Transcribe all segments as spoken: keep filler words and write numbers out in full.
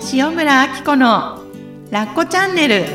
塩村あき子のラッコチャンネル。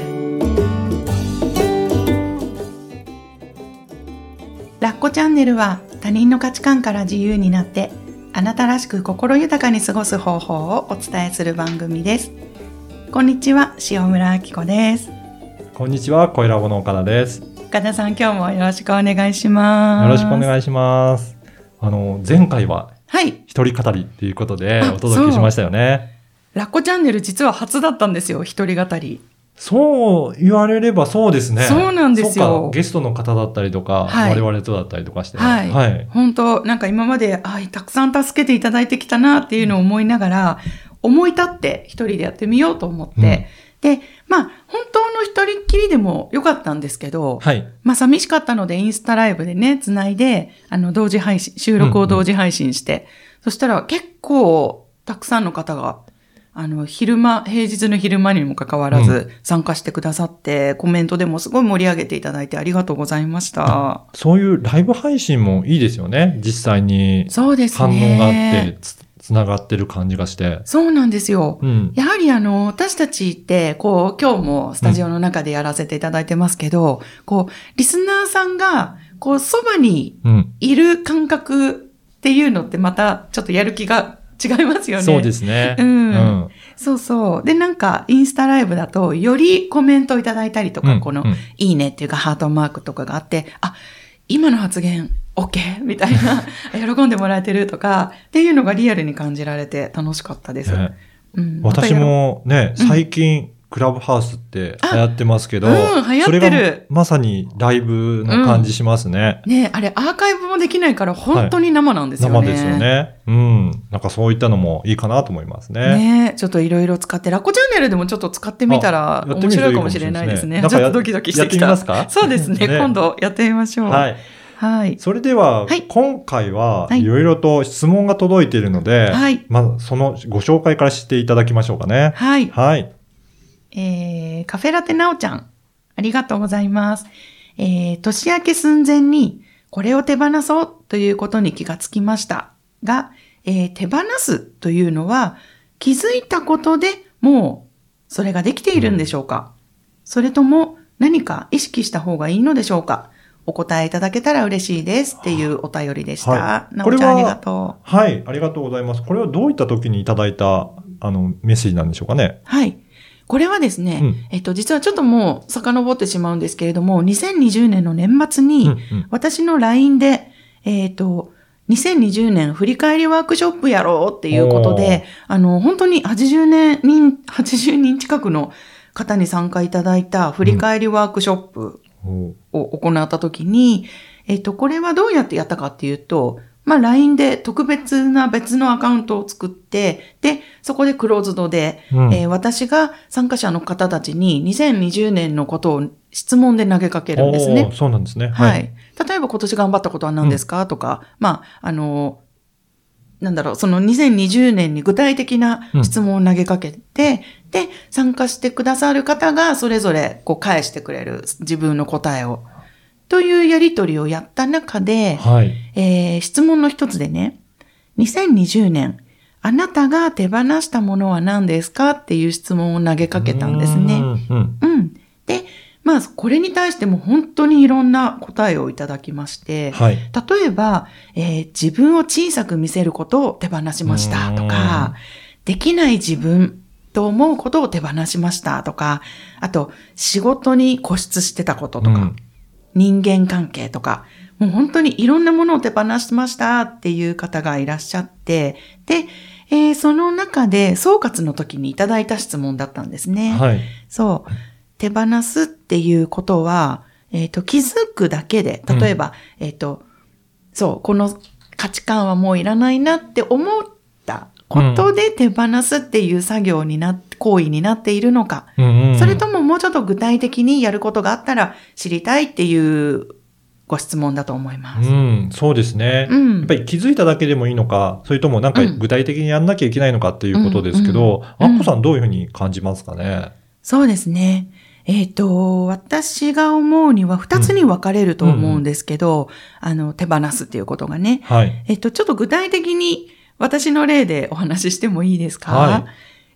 ラッコチャンネルは他人の価値観から自由になってあなたらしく心豊かに過ごす方法をお伝えする番組です。こんにちは、塩村あき子です。 こんにちは、声ラボの岡田です。 岡田さん、今日もよろしくお願いします。 よろしくお願いします。あの前回ははい一人語りということでお届けしましたよね。 ラッコチャンネル実は初だったんですよ、一人語り。 そう言われればそうですね。 そうなんですよ。 そうか、ゲストの方だったりとか、はい、我々とだったりとかして、 はい、はい、本当なんか今まであたくさん助けていただいてきたなっていうのを思いながら、思い立って一人でやってみようと思って、うん、でまあ本当の一人っきりでもよかったんですけど、はい、まあ寂しかったのでインスタライブでねつないであの同時配信収録を同時配信して、うんうん、そしたら結構たくさんの方があの、昼間、平日の昼間にもかかわらず参加してくださって、うん、コメントでもすごい盛り上げていただいてありがとうございました。 そういうライブ配信もいいですよね。実際に反応があってつ、つながってる感じがして。 そうなんですよ。うん、やはりあの、私たちって、こう、今日もスタジオの中でやらせていただいてますけど、うん、こう、リスナーさんが、こう、そばにいる感覚っていうのってまたちょっとやる気が違いますよね。 そうですね。 うん。うん、そうそう。で、なんか、インスタライブだと、よりコメントいただいたりとか、うん、この、うん、いいねっていうか、ハートマークとかがあって、あ、今の発言、OK みたいな、喜んでもらえてるとか、っていうのがリアルに感じられて楽しかったです。ねうん、私もね、最近、うんクラブハウスって流行ってますけど、うん、 流行ってる。 それがまさにライブの感じしますね。 うん、ねあれアーカイブもできないから本当に生なんですよね。 はい、生ですよね。うん。なんかそういったのもいいかなと思いますね。 ねちょっといろいろ使って、ラッコチャンネルでもちょっと使ってみたら面白いかもしれないですね。ちょっとドキドキしてきた。 やってみますか？ そうですね。ね今度やってみましょう。 はい。 はい。 それでは、はい、今回はいろいろと質問が届いているので、はい、まずそのご紹介からしていただきましょうかね。 はい。 はい。 えー、カフェラテナオちゃん、ありがとうございます。えー、年明け寸前にこれを手放そうということに気がつきましたが、えー、手放すというのは気づいたことでもうそれができているんでしょうか、うん、それとも何か意識した方がいいのでしょうか。お答えいただけたら嬉しいですっていうお便りでした。はい、なおちゃんありがとう。 はい、ありがとうございます。これはどういった時にいただいたあのメッセージなんでしょうかね。 はい。これはですね、うん、えっと、実はちょっともう遡ってしまうんですけれども、にせんにじゅうねんの年末に、うんうん、私の ライン で、えっと、にせんにじゅうねん振り返りワークショップやろうっていうことで、あの、本当にはちじゅうねん、はちじゅうにん近くの方に参加いただいた振り返りワークショップを行ったときに、うん、えっと、これはどうやってやったかっていうと、まあ ライン で特別な別のアカウントを作って、で、そこでクローズドで、うんえー、私が参加者の方たちににせんにじゅうねんのことを質問で投げかけるんですね。 そうなんですね。 はい。はい、例えば今年頑張ったことは何ですか、うん、とか、まあ、あの、なんだろう、そのにせんにじゅうねんに具体的な質問を投げかけて、うん、で、参加してくださる方がそれぞれこう返してくれる自分の答えを。というやりとりをやった中で、はいえー、質問の一つでね、にせんにじゅうねん、あなたが手放したものは何ですかっていう質問を投げかけたんですね。うん、うん。で、まあ、これに対しても本当にいろんな答えをいただきまして、はい、例えば、えー、自分を小さく見せることを手放しましたとか、できない自分と思うことを手放しましたとか、あと、仕事に固執してたこととか、うん人間関係とか、もう本当にいろんなものを手放しましたっていう方がいらっしゃって、で、えー、その中で総括の時にいただいた質問だったんですね。はい。そう。手放すっていうことは、えっと、気づくだけで、例えば、うん、えっと、そう、この価値観はもういらないなって思ったことで手放すっていう作業になって、行為になっているのか、うんうんうん、それとももうちょっと具体的にやることがあったら知りたいっていうご質問だと思います。 うん、そうですね、うん。やっぱり気づいただけでもいいのか、それともなんか具体的にやんなきゃいけないのかっていうことですけど、うんうんうん、あっこさんどういうふうに感じますかね？ そうですね。えっと、私が思うには二つに分かれると思うんですけど、うんうん、あの、手放すっていうことがね。はい。えっと、ちょっと具体的に私の例でお話ししてもいいですか？はい。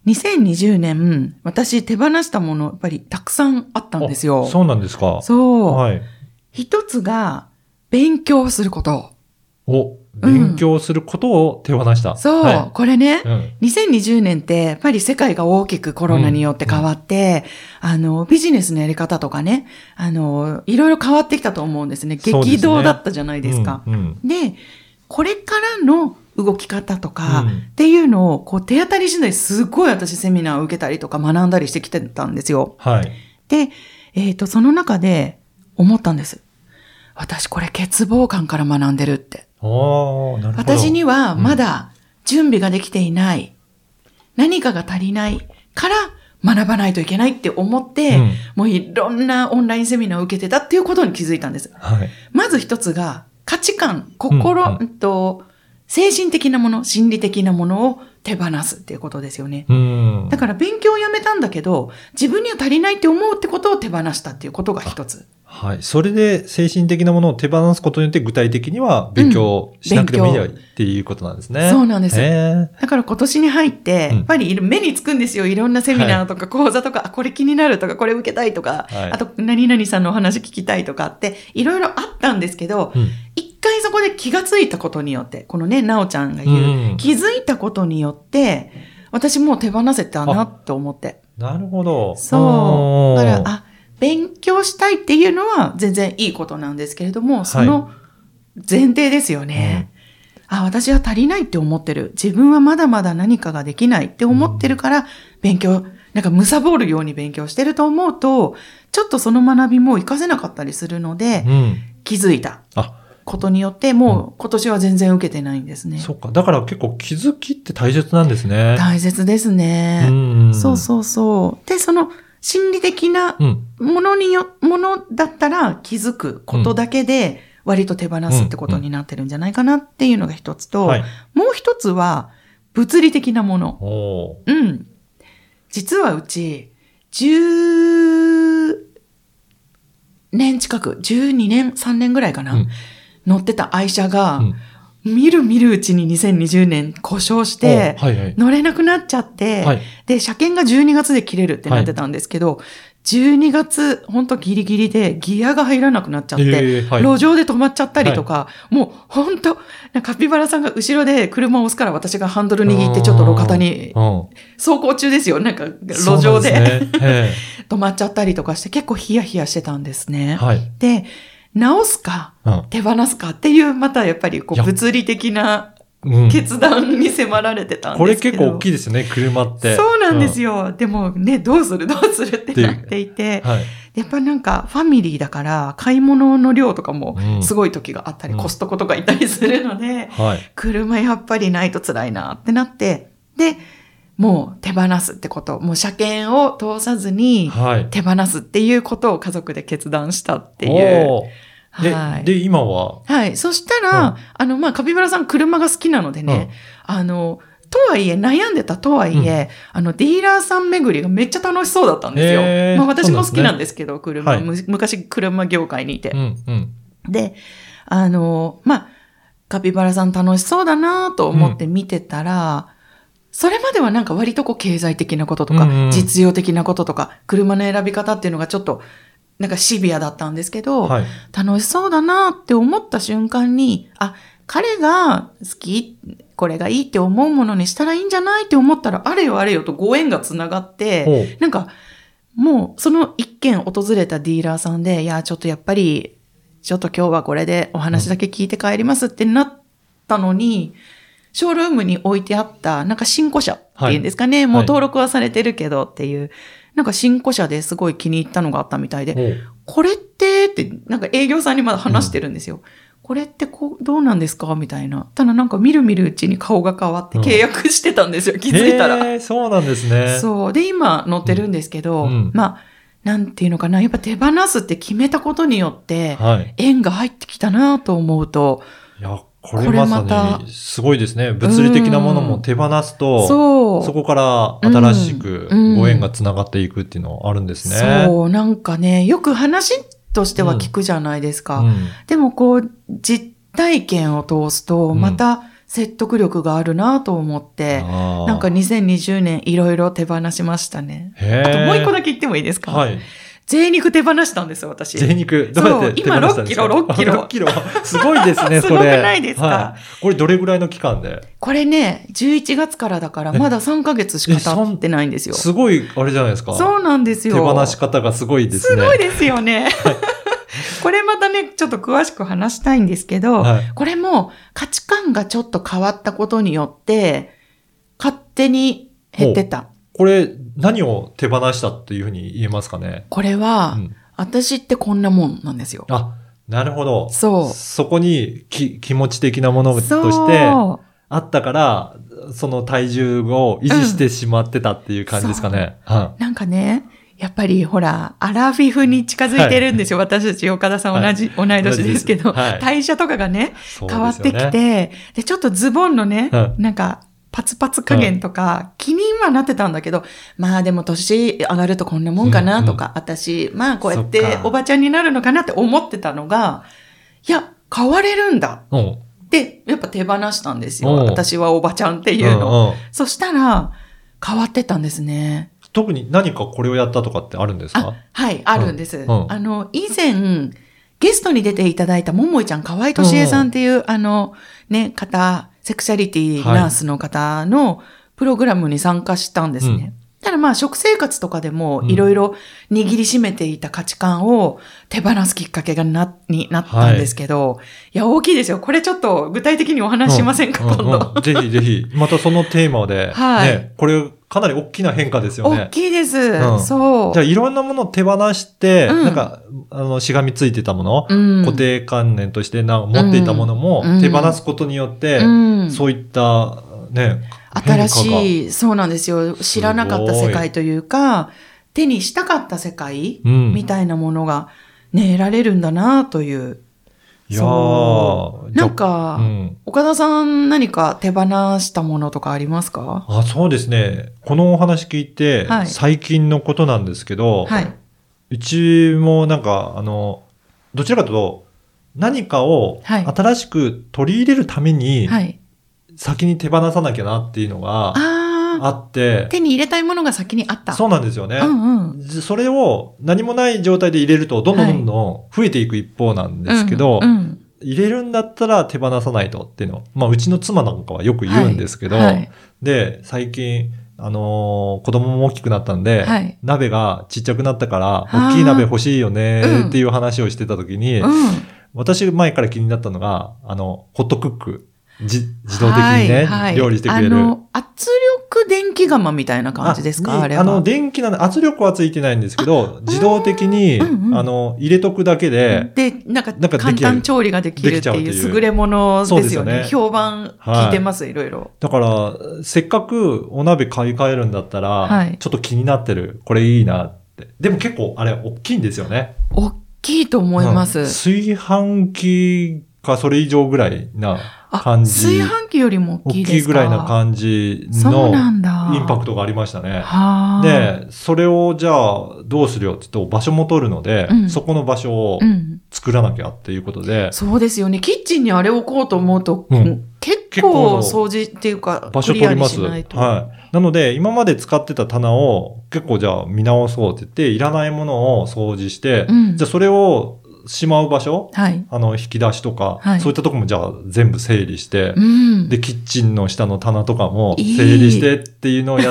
にせんにじゅうねん、私手放したもの、やっぱりたくさんあったんですよ。 そうなんですか。 そう。 はい。 一つが、勉強すること。 お、勉強することを手放した。うん、 そう、はい、これね、 うん、 にせんにじゅうねんってやっぱり世界が大きくコロナによって変わって、うんうん、あの、ビジネスのやり方とかね、あの、いろいろ変わってきたと思うんですね。激動だったじゃないですか。 うんうん、 で、これからの動き方とかっていうのをこう手当たり次第すごい私セミナーを受けたりとか学んだりしてきてたんですよ。 はい。 で、えっと、その中で思ったんです。私これ欠乏感から学んでるって。 ああ、なるほど。 私にはまだ準備ができていない。うん、何かが足りないから学ばないといけないって思って、うん、もういろんなオンラインセミナーを受けてたっていうことに気づいたんです。 はい、 まず一つが価値観、心、うんうん、と精神的なもの、心理的なものを手放すっていうことですよね。 うん、 だから勉強をやめたんだけど、自分には足りないって思うってことを手放したっていうことが一つ。 はい。それで精神的なものを手放すことによって具体的には勉強しなくてもいいっていうことなんですね。 うん、そうなんです。 だから今年に入って、やっぱり目につくんですよ。いろんなセミナーとか講座とか、はい、あ、これ気になるとか、これ受けたいとか、はい、あと何々さんのお話聞きたいとかって、いろいろあったんですけど、うん、一回そこで気がついたことによって、このね、なおちゃんが言う、うん、気づいたことによって、私もう手放せたなと思って。 なるほど。 そう。だから、あ、勉強したいっていうのは全然いいことなんですけれども、その前提ですよね。はい、うん、あ、私は足りないって思ってる。自分はまだまだ何かができないって思ってるから、勉強、なんか貪るように勉強してると思うと、ちょっとその学びも活かせなかったりするので、うん、気づいたことによって、もう今年は全然受けてないんですね。 そっか。だから結構気づきって大切なんですね。 大切ですね。 うんうん、 そうそうそう。で、その、心理的なものによ、うん、ものだったら気づくことだけで割と手放すってことになってるんじゃないかなっていうのが一つと、うんうんはい、もう一つは物理的なもの。うん。実はうちじゅうねん近く、じゅうにねん、さんねんぐらいかな、うん、乗ってた愛車が、うん見る見るうちににせんにじゅうねん故障して、はいはい、乗れなくなっちゃって、はい、で、車検がじゅうにがつで切れるってなってたんですけど、はい、じゅうにがつ、ほんとギリギリでギアが入らなくなっちゃって、えーはい、路上で止まっちゃったりとか、はい、もうほんと、カピバラさんが後ろで車を押すから私がハンドル握ってちょっと路肩に、走行中ですよ、なんか路上で、ね、止まっちゃったりとかして結構ヒヤヒヤしてたんですね。 はい、 で、直すか、うん、手放すかっていう、またやっぱりこう物理的な決断に迫られてたんですけど、うん、 これ結構大きいですね、車って。 そうなんですよ。うん、でもね、どうするどうするってなっていて、はい、やっぱなんかファミリーだから買い物の量とかもすごい時があったり、うん、コストコとかいたりするので、 はい、 車やっぱりないと辛いなってなって、で、もう手放すってこと、もう車検を通さずに手放すっていうことを家族で決断したっていう。 で、 はい、 で、今ははい。そしたら、うん、あの、まあ、カピバラさん車が好きなのでね、うん、あの、とはいえ、悩んでたとはいえ、うん、あの、ディーラーさん巡りがめっちゃ楽しそうだったんですよ。まあ、私も好きなんですけど、車、はい、昔車業界にいて。 うんうん、 で、あの、まあ、カピバラさん楽しそうだなと思って見てたら、うん、それまではなんか割とこう経済的なこととか、うんうん、実用的なこととか、車の選び方っていうのがちょっと、なんかシビアだったんですけど、はい、楽しそうだなって思った瞬間に、あ、彼が好き、これがいいって思うものにしたらいいんじゃないって思ったら、あれよあれよとご縁がつながって、なんか、もうその一軒訪れたディーラーさんで、いや、ちょっとやっぱり、ちょっと今日はこれでお話だけ聞いて帰りますってなったのに、うん、ショールームに置いてあった、なんか新古車っていうんですかね、はい、もう登録はされてるけどっていう、はい、なんか新古車ですごい気に入ったのがあったみたいで、これってって、なんか営業さんにまだ話してるんですよ。うん、これってこう、どうなんですかみたいな。ただなんか見る見るうちに顔が変わって契約してたんですよ、うん、気づいたら。 へー、そうなんですね。 そう。で、今乗ってるんですけど、うん、まあ、なんていうのかな、やっぱ手放すって決めたことによって、縁が入ってきたなと思うと、 いやこれまさにすごいですね。物理的なものも手放すと、うん、そうそこから新しくご縁がつながっていくっていうのはあるんですね。 うんうん、そう、なんかね、よく話としては聞くじゃないですか。うん、でもこう、実体験を通すと、また説得力があるなと思って、なんかにせんにじゅうねんいろいろ手放しましたね。あともう一個だけ言ってもいいですか？はい。贅肉手放したんですよ、私。 贅肉どうやって手放したんですか？ 今ろっキロ、ろっキロ。 ろっキロ。すごいですね、それ。 すごくないですか？はい、 これどれぐらいの期間で？ これね、じゅういちがつからだから、まださんかげつしか経ってないんですよ。 すごい、あれじゃないですか。 そうなんですよ。 手放し方がすごいですね。 すごいですよね。これまたね、ちょっと詳しく話したいんですけど、はい、これも価値観がちょっと変わったことによって、勝手に減ってた。 これ、何を手放したっていうふうに言えますかね？ これは、うん、私ってこんなもんなんですよ。 あ、なるほど。 そう。 そこにき気持ち的なものとしてあったから、その体重を維持してしまってたっていう感じですかね。 うん、なんかね、やっぱりほら、アラフィフに近づいてるんですよ。はい、私たち岡田さん同じ、はい、同い年ですけど、はい、代謝とかがね、変わってきて、で、で、ちょっとズボンのね、はい、なんか、パツパツ加減とか、気にはなってたんだけど、まあでも年上がるとこんなもんかなとか、うんうん、私、まあこうやっておばちゃんになるのかなって思ってたのが、いや、変われるんだ。で、やっぱ手放したんですよ。私はおばちゃんっていうの。そしたら、変わってたんですね。 特に何かこれをやったとかってあるんですか？ はい、あるんです。うん、あの、以前、ゲストに出ていただいたももいちゃん、河合敏恵さんっていう、うん、あの、ね、方、セクシャリティナースの方のプログラムに参加したんですね。はい、ただまあ食生活とかでもいろいろ握りしめていた価値観を手放すきっかけがな、になったんですけど、はい、いや大きいですよ。これちょっと具体的にお話ししませんか、うん、今度、 うんうん。ぜひぜひ、またそのテーマで、はい、ね、これかなり大きな変化ですよね。 大きいです。うん、そう。 じゃあいろんなものを手放して、うん、なんか、あの、しがみついてたもの、うん、固定観念としてな持っていたものも手放すことによって、うん、そういったね、 新しい、そうなんですよ。知らなかった世界というか、手にしたかった世界、うん、みたいなものがね、得られるんだなという。 いやー、 なんか、うん、岡田さん何か手放したものとかありますか？ あ、そうですね。このお話聞いて、はい、最近のことなんですけど、はい、うちもなんか、あの、どちらかというと、何かを新しく取り入れるために、はい、先に手放さなきゃなっていうのがあって、 手に入れたいものが先にあった。 そうなんですよね。 うんうん、 それを何もない状態で入れると、どんどんどんどん増えていく一方なんですけど、はい、うんうん、入れるんだったら手放さないとっていうの。まあ、うちの妻なんかはよく言うんですけど、はいはい、で、最近、あのー、子供も大きくなったんで、はい、鍋がちっちゃくなったから、大きい鍋欲しいよねっていう話をしてた時に、うん、私前から気になったのが、あの、ホットクック。自, 自動的にね、はいはい、料理してくれる。あの、 圧力電気釜みたいな感じですか？ あ, あれは。 あの、電気なの、圧力はついてないんですけど、自動的に、うんうん、あの、入れとくだけで、 で、なんか、なんか簡単調理ができるっていう優れものですよね。そうですよね。評判聞いてます、はい、いろいろ。 だから、せっかくお鍋買い替えるんだったら、はい、ちょっと気になってる。これいいなって。でも結構、あれ、大きいんですよね。 大きいと思います。うん、 炊飯器かそれ以上ぐらいな感じ。 炊飯器よりも大きいですか？ 大きいぐらいな感じのインパクトがありましたね。で、それをじゃあどうするよって言うと場所も取るので、うん、そこの場所を作らなきゃっていうことで、うん。 そうですよね。キッチンにあれを置こうと思うと、うん、結構掃除っていうか、 場所取ります。はい。なので、今まで使ってた棚を結構じゃあ見直そうって言って、いらないものを掃除して、うん、じゃあそれをしまう場所、はい、あの、引き出しとか、はい、そういったとこもじゃあ全部整理して、うん、で、キッチンの下の棚とかも整理してっていうのをやって、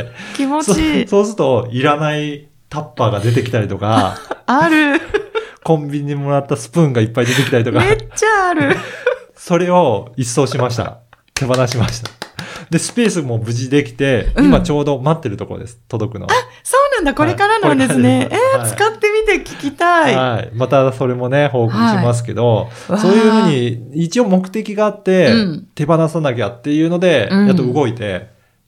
気持ちいい。 そ。そうすると、いらないタッパーが出てきたりとか、 ある。 コンビニでもらったスプーンがいっぱい出てきたりとか。 めっちゃある。 それを一掃しました。手放しました。で、スペースも無事できて、うん、今ちょうど待ってるところです。届くの。 あ、そうなんだ。これからなんですね。はい、えーはい、使ってみて聞きたい。 はい。またそれもね、報告しますけど、はい、そういうふうに、一応目的があって、うん、手放さなきゃっていうので、うん、やっと動いて、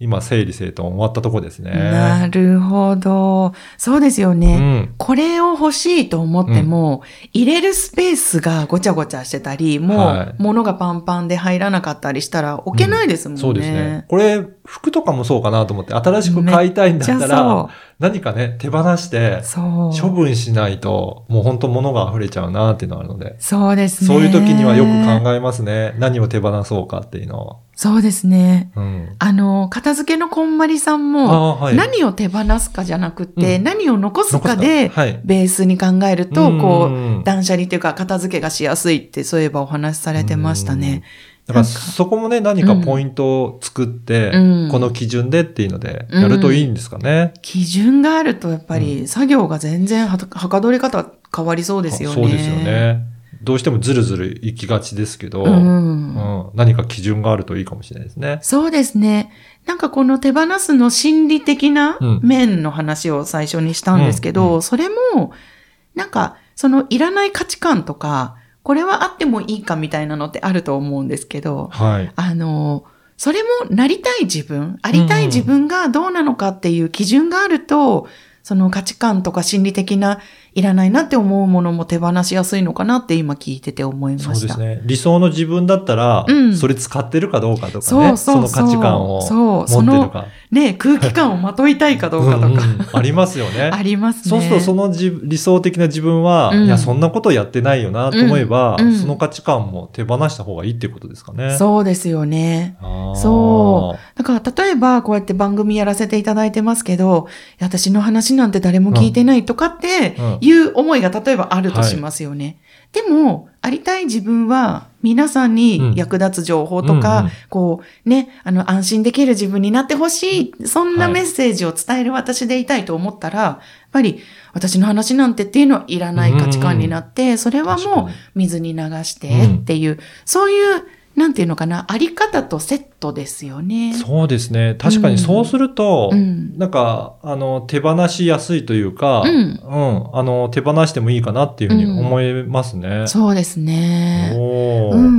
今整理整頓終わったとこですね。 なるほど。そうですよね。うん、これを欲しいと思っても、うん、入れるスペースがごちゃごちゃしてたり、もう物がパンパンで入らなかったりしたら置けないですもんね。うん、 そうですね。これ服とかもそうかなと思って、新しく買いたいんだったら、何かね、手放して処分しないと、もう本当物が溢れちゃうなっていうのがあるので。 そうですね。 そういう時にはよく考えますね。何を手放そうかっていうのを。 そうですね。うん、あの、片付けのこんまりさんも、はい、何を手放すかじゃなくて、うん、何を残すかで、はい、ベースに考えると、こう、断捨離というか、片付けがしやすいって、そういえばお話しされてましたね。 だからそこもね、何かポイントを作って、うん、この基準でっていうので、やるといいんですかね。 うん、基準があると、やっぱり、作業が全然はかどり方変わりそうですよね。 そうですよね。どうしてもずるずる行きがちですけど、うんうん、何か基準があるといいかもしれないですね。 そうですね。なんかこの手放すの心理的な面の話を最初にしたんですけど、うんうん、それも、なんかそのいらない価値観とか、これはあってもいいかみたいなのってあると思うんですけど、はい、あの、それもなりたい自分、ありたい自分がどうなのかっていう基準があると、その価値観とか心理的ないらないなって思うものも手放しやすいのかなって今聞いてて思いました。 そうですね。理想の自分だったら、うん、それ使ってるかどうかとかね。そうそうそう。その価値観を持ってるか。そう、そのね、空気感をまといたいかどうかとか。うんうん、 ありますよね。 ありますね。 そうするとその理想的な自分は、うん、いや、そんなことやってないよなと思えば、うんうん、その価値観も手放した方がいいっていうことですかね。 そうですよね。そう。だから例えばこうやって番組やらせていただいてますけど、私の話なんて誰も聞いてないとかっていう思いが例えばあるとしますよね。はい、でも、ありたい自分は皆さんに役立つ情報とか、うんうんうん、こうね、あの安心できる自分になってほしい、そんなメッセージを伝える私でいたいと思ったら、やっぱり私の話なんてっていうのはいらない価値観になって、それはもう水に流してっていう、うん、そういうなんていうのかな、あり方とセットですよね。 そうですね。確かにそうすると、うん、なんか、あの、手放しやすいというか、うん、うん、あの、手放してもいいかなっていうふうに思いますね。 うん、そうですね。 おー。うんうん。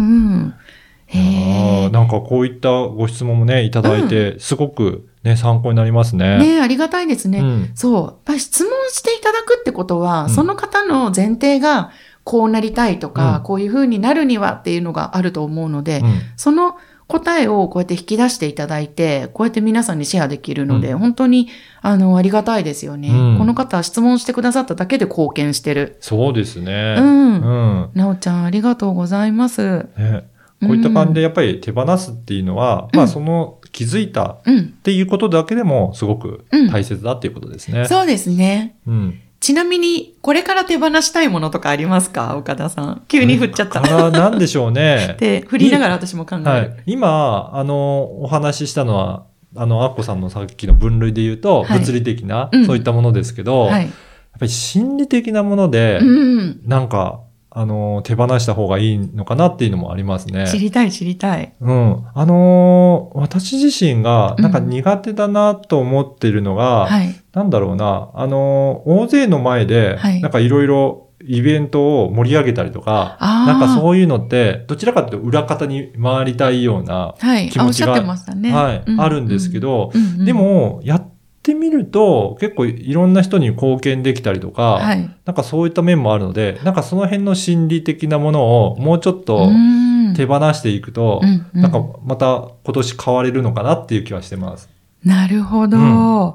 へー。なんかこういったご質問もね、いただいて、すごくね、参考になりますね。 ね、ありがたいですね。うん、そう。やっぱり質問していただくってことは、うん、その方の前提が、こうなりたいとか、うん、こういう風になるにはっていうのがあると思うので、うん、その答えをこうやって引き出していただいて、こうやって皆さんにシェアできるので、うん、本当にあのありがたいですよね、うん。この方は質問してくださっただけで貢献してる。 そうですね。 うん。うん、なおちゃんありがとうございます。 ね、こういった感じでやっぱり手放すっていうのは、うん、まあその気づいたっていうことだけでもすごく大切だっていうことですね。 うん、そうですね。うん。ちなみに、これから手放したいものとかありますか？岡田さん。急に振っちゃった。 あなんでしょうね。 で、振りながら私も考える。はい、 今、あの、お話ししたのは、あの、アッコさんのさっきの分類で言うと、はい、物理的な、うん、そういったものですけど、はい、やっぱり心理的なもので、うん、なんか、あの、手放した方がいいのかなっていうのもありますね。 知りたい、知りたい。 うん。あのー、私自身が、なんか苦手だなと思っているのが、うんはい、なんだろうな、あのー、大勢の前で、なんかいろいろイベントを盛り上げたりとか、はい、なんかそういうのって、どちらかというと裏方に回りたいような気持ちが、はい、あ、おっしゃってましたね。はい、うん、あるんですけど、うんうん、でも、やっってみると結構いろんな人に貢献できたりとか、はい、なんかそういった面もあるので、なんかその辺の心理的なものをもうちょっと手放していくと、うんうん、なんかまた今年変われるのかなっていう気はしてます。 なるほど。うん、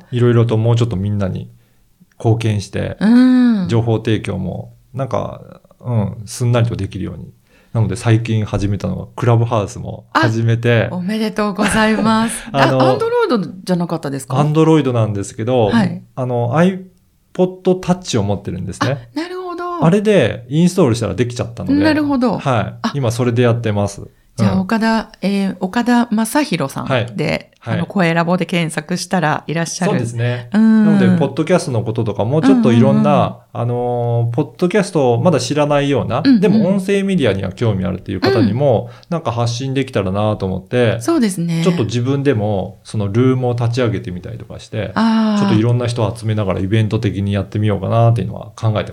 いろいろともうちょっとみんなに貢献して、うん、情報提供もなんか、うん、すんなりとできるように。なので最近始めたのがクラブハウスも始めて。 おめでとうございます。あの、アンドロイドじゃなかったですか？ アンドロイドなんですけど、はい、あの iPod Touch を持ってるんですね。 なるほど。 あれでインストールしたらできちゃったので。 なるほど。 はい。今それでやってます。 じゃあ、岡田、えー、岡田正宏さんで、はい、あの、声ラボで検索したらいらっしゃる。 そうですね。うん。なので、ポッドキャストのこととかも、ちょっといろんな、うんうんうん、あの、ポッドキャストをまだ知らないような、うんうん、でも音声メディアには興味あるっていう方にも、うん、なんか発信できたらなと思って、 そうですね。 ちょっと自分でも、そのルームを立ち上げてみたりとかして、ちょっといろんな人を集めながらイベント的にやってみようかなっていうのは考えてます。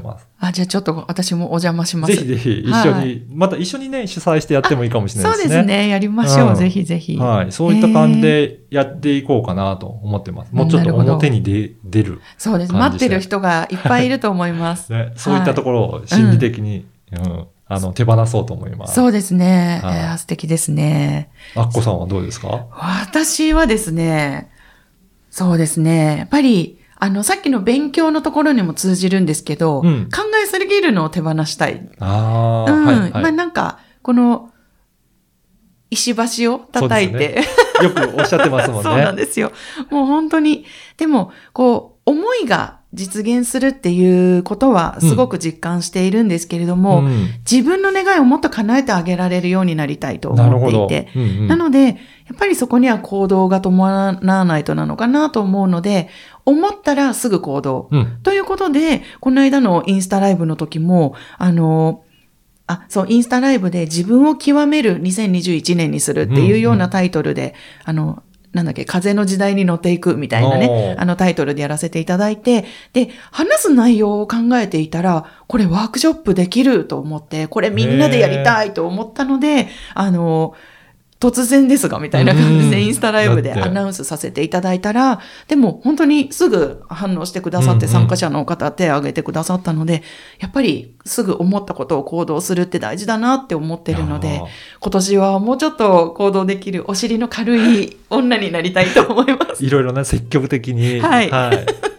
あ、じゃあちょっと私もお邪魔します。 ぜひぜひ一緒に、はい、また一緒にね、主催してやってもいいかもしれないですね。 そうですね。やりましょう。うん、ぜひぜひ。 はい。そういった感じでやっていこうかなと思ってます。もうちょっと表に出出る。 そうです。待ってる人がいっぱいいると思います。 ね、そういったところを心理的に、はい、うん、あの、手放そうと思います。 そうですね。はい、えー、素敵ですね。 アッコさんはどうですか？ 私はですね、そうですね。やっぱり、あの、さっきの勉強のところにも通じるんですけど、うん、考えすぎるのを手放したい。 ああ、 うん、 はい、はい。 まあなんか、この、石橋を叩いて、 ね、よくおっしゃってますもんね。 そうなんですよ。もう本当に、でも、こう、思いが実現するっていうことはすごく実感しているんですけれども、うん、自分の願いをもっと叶えてあげられるようになりたいと思っていて、な,、うんうん、なので、やっぱりそこには行動が伴わないとなのかなと思うので、思ったらすぐ行動。うん、ということで、この間のインスタライブの時も、あの、あ、そう、インスタライブで自分を極めるにせんにじゅういちねんにするっていうようなタイトルで、うんうん、あの、なんだっけ、風の時代に乗っていくみたいなね、あのタイトルでやらせていただいて、で、話す内容を考えていたら、これワークショップできると思って、これみんなでやりたいと思ったので、あの、突然ですが、みたいな感じでインスタライブでアナウンスさせていただいたら、でも本当にすぐ反応してくださって参加者の方手を挙げてくださったので、やっぱりすぐ思ったことを行動するって大事だなって思ってるので、今年はもうちょっと行動できるお尻の軽い女になりたいと思います。 いろいろね、積極的に、はい、はい、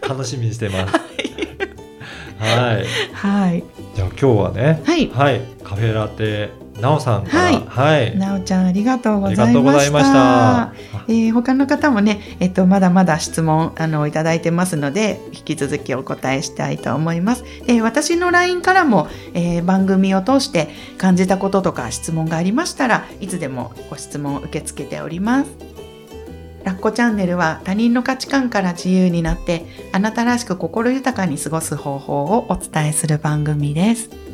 楽しみにしてます。はい。はい。じゃあ今日はね、はい、はい、カフェラテ、なおさんから、はい、はい、 なおちゃんありがとうございました。ありがとうございました。えー、他の方もね、えっとまだまだ質問あのいただいてますので、引き続きお答えしたいと思います。えー、私の ライン からも、えー、番組を通して感じたこととか質問がありましたら、いつでもご質問を受け付けております。ラッコチャンネルは他人の価値観から自由になって、あなたらしく心豊かに過ごす方法をお伝えする番組です。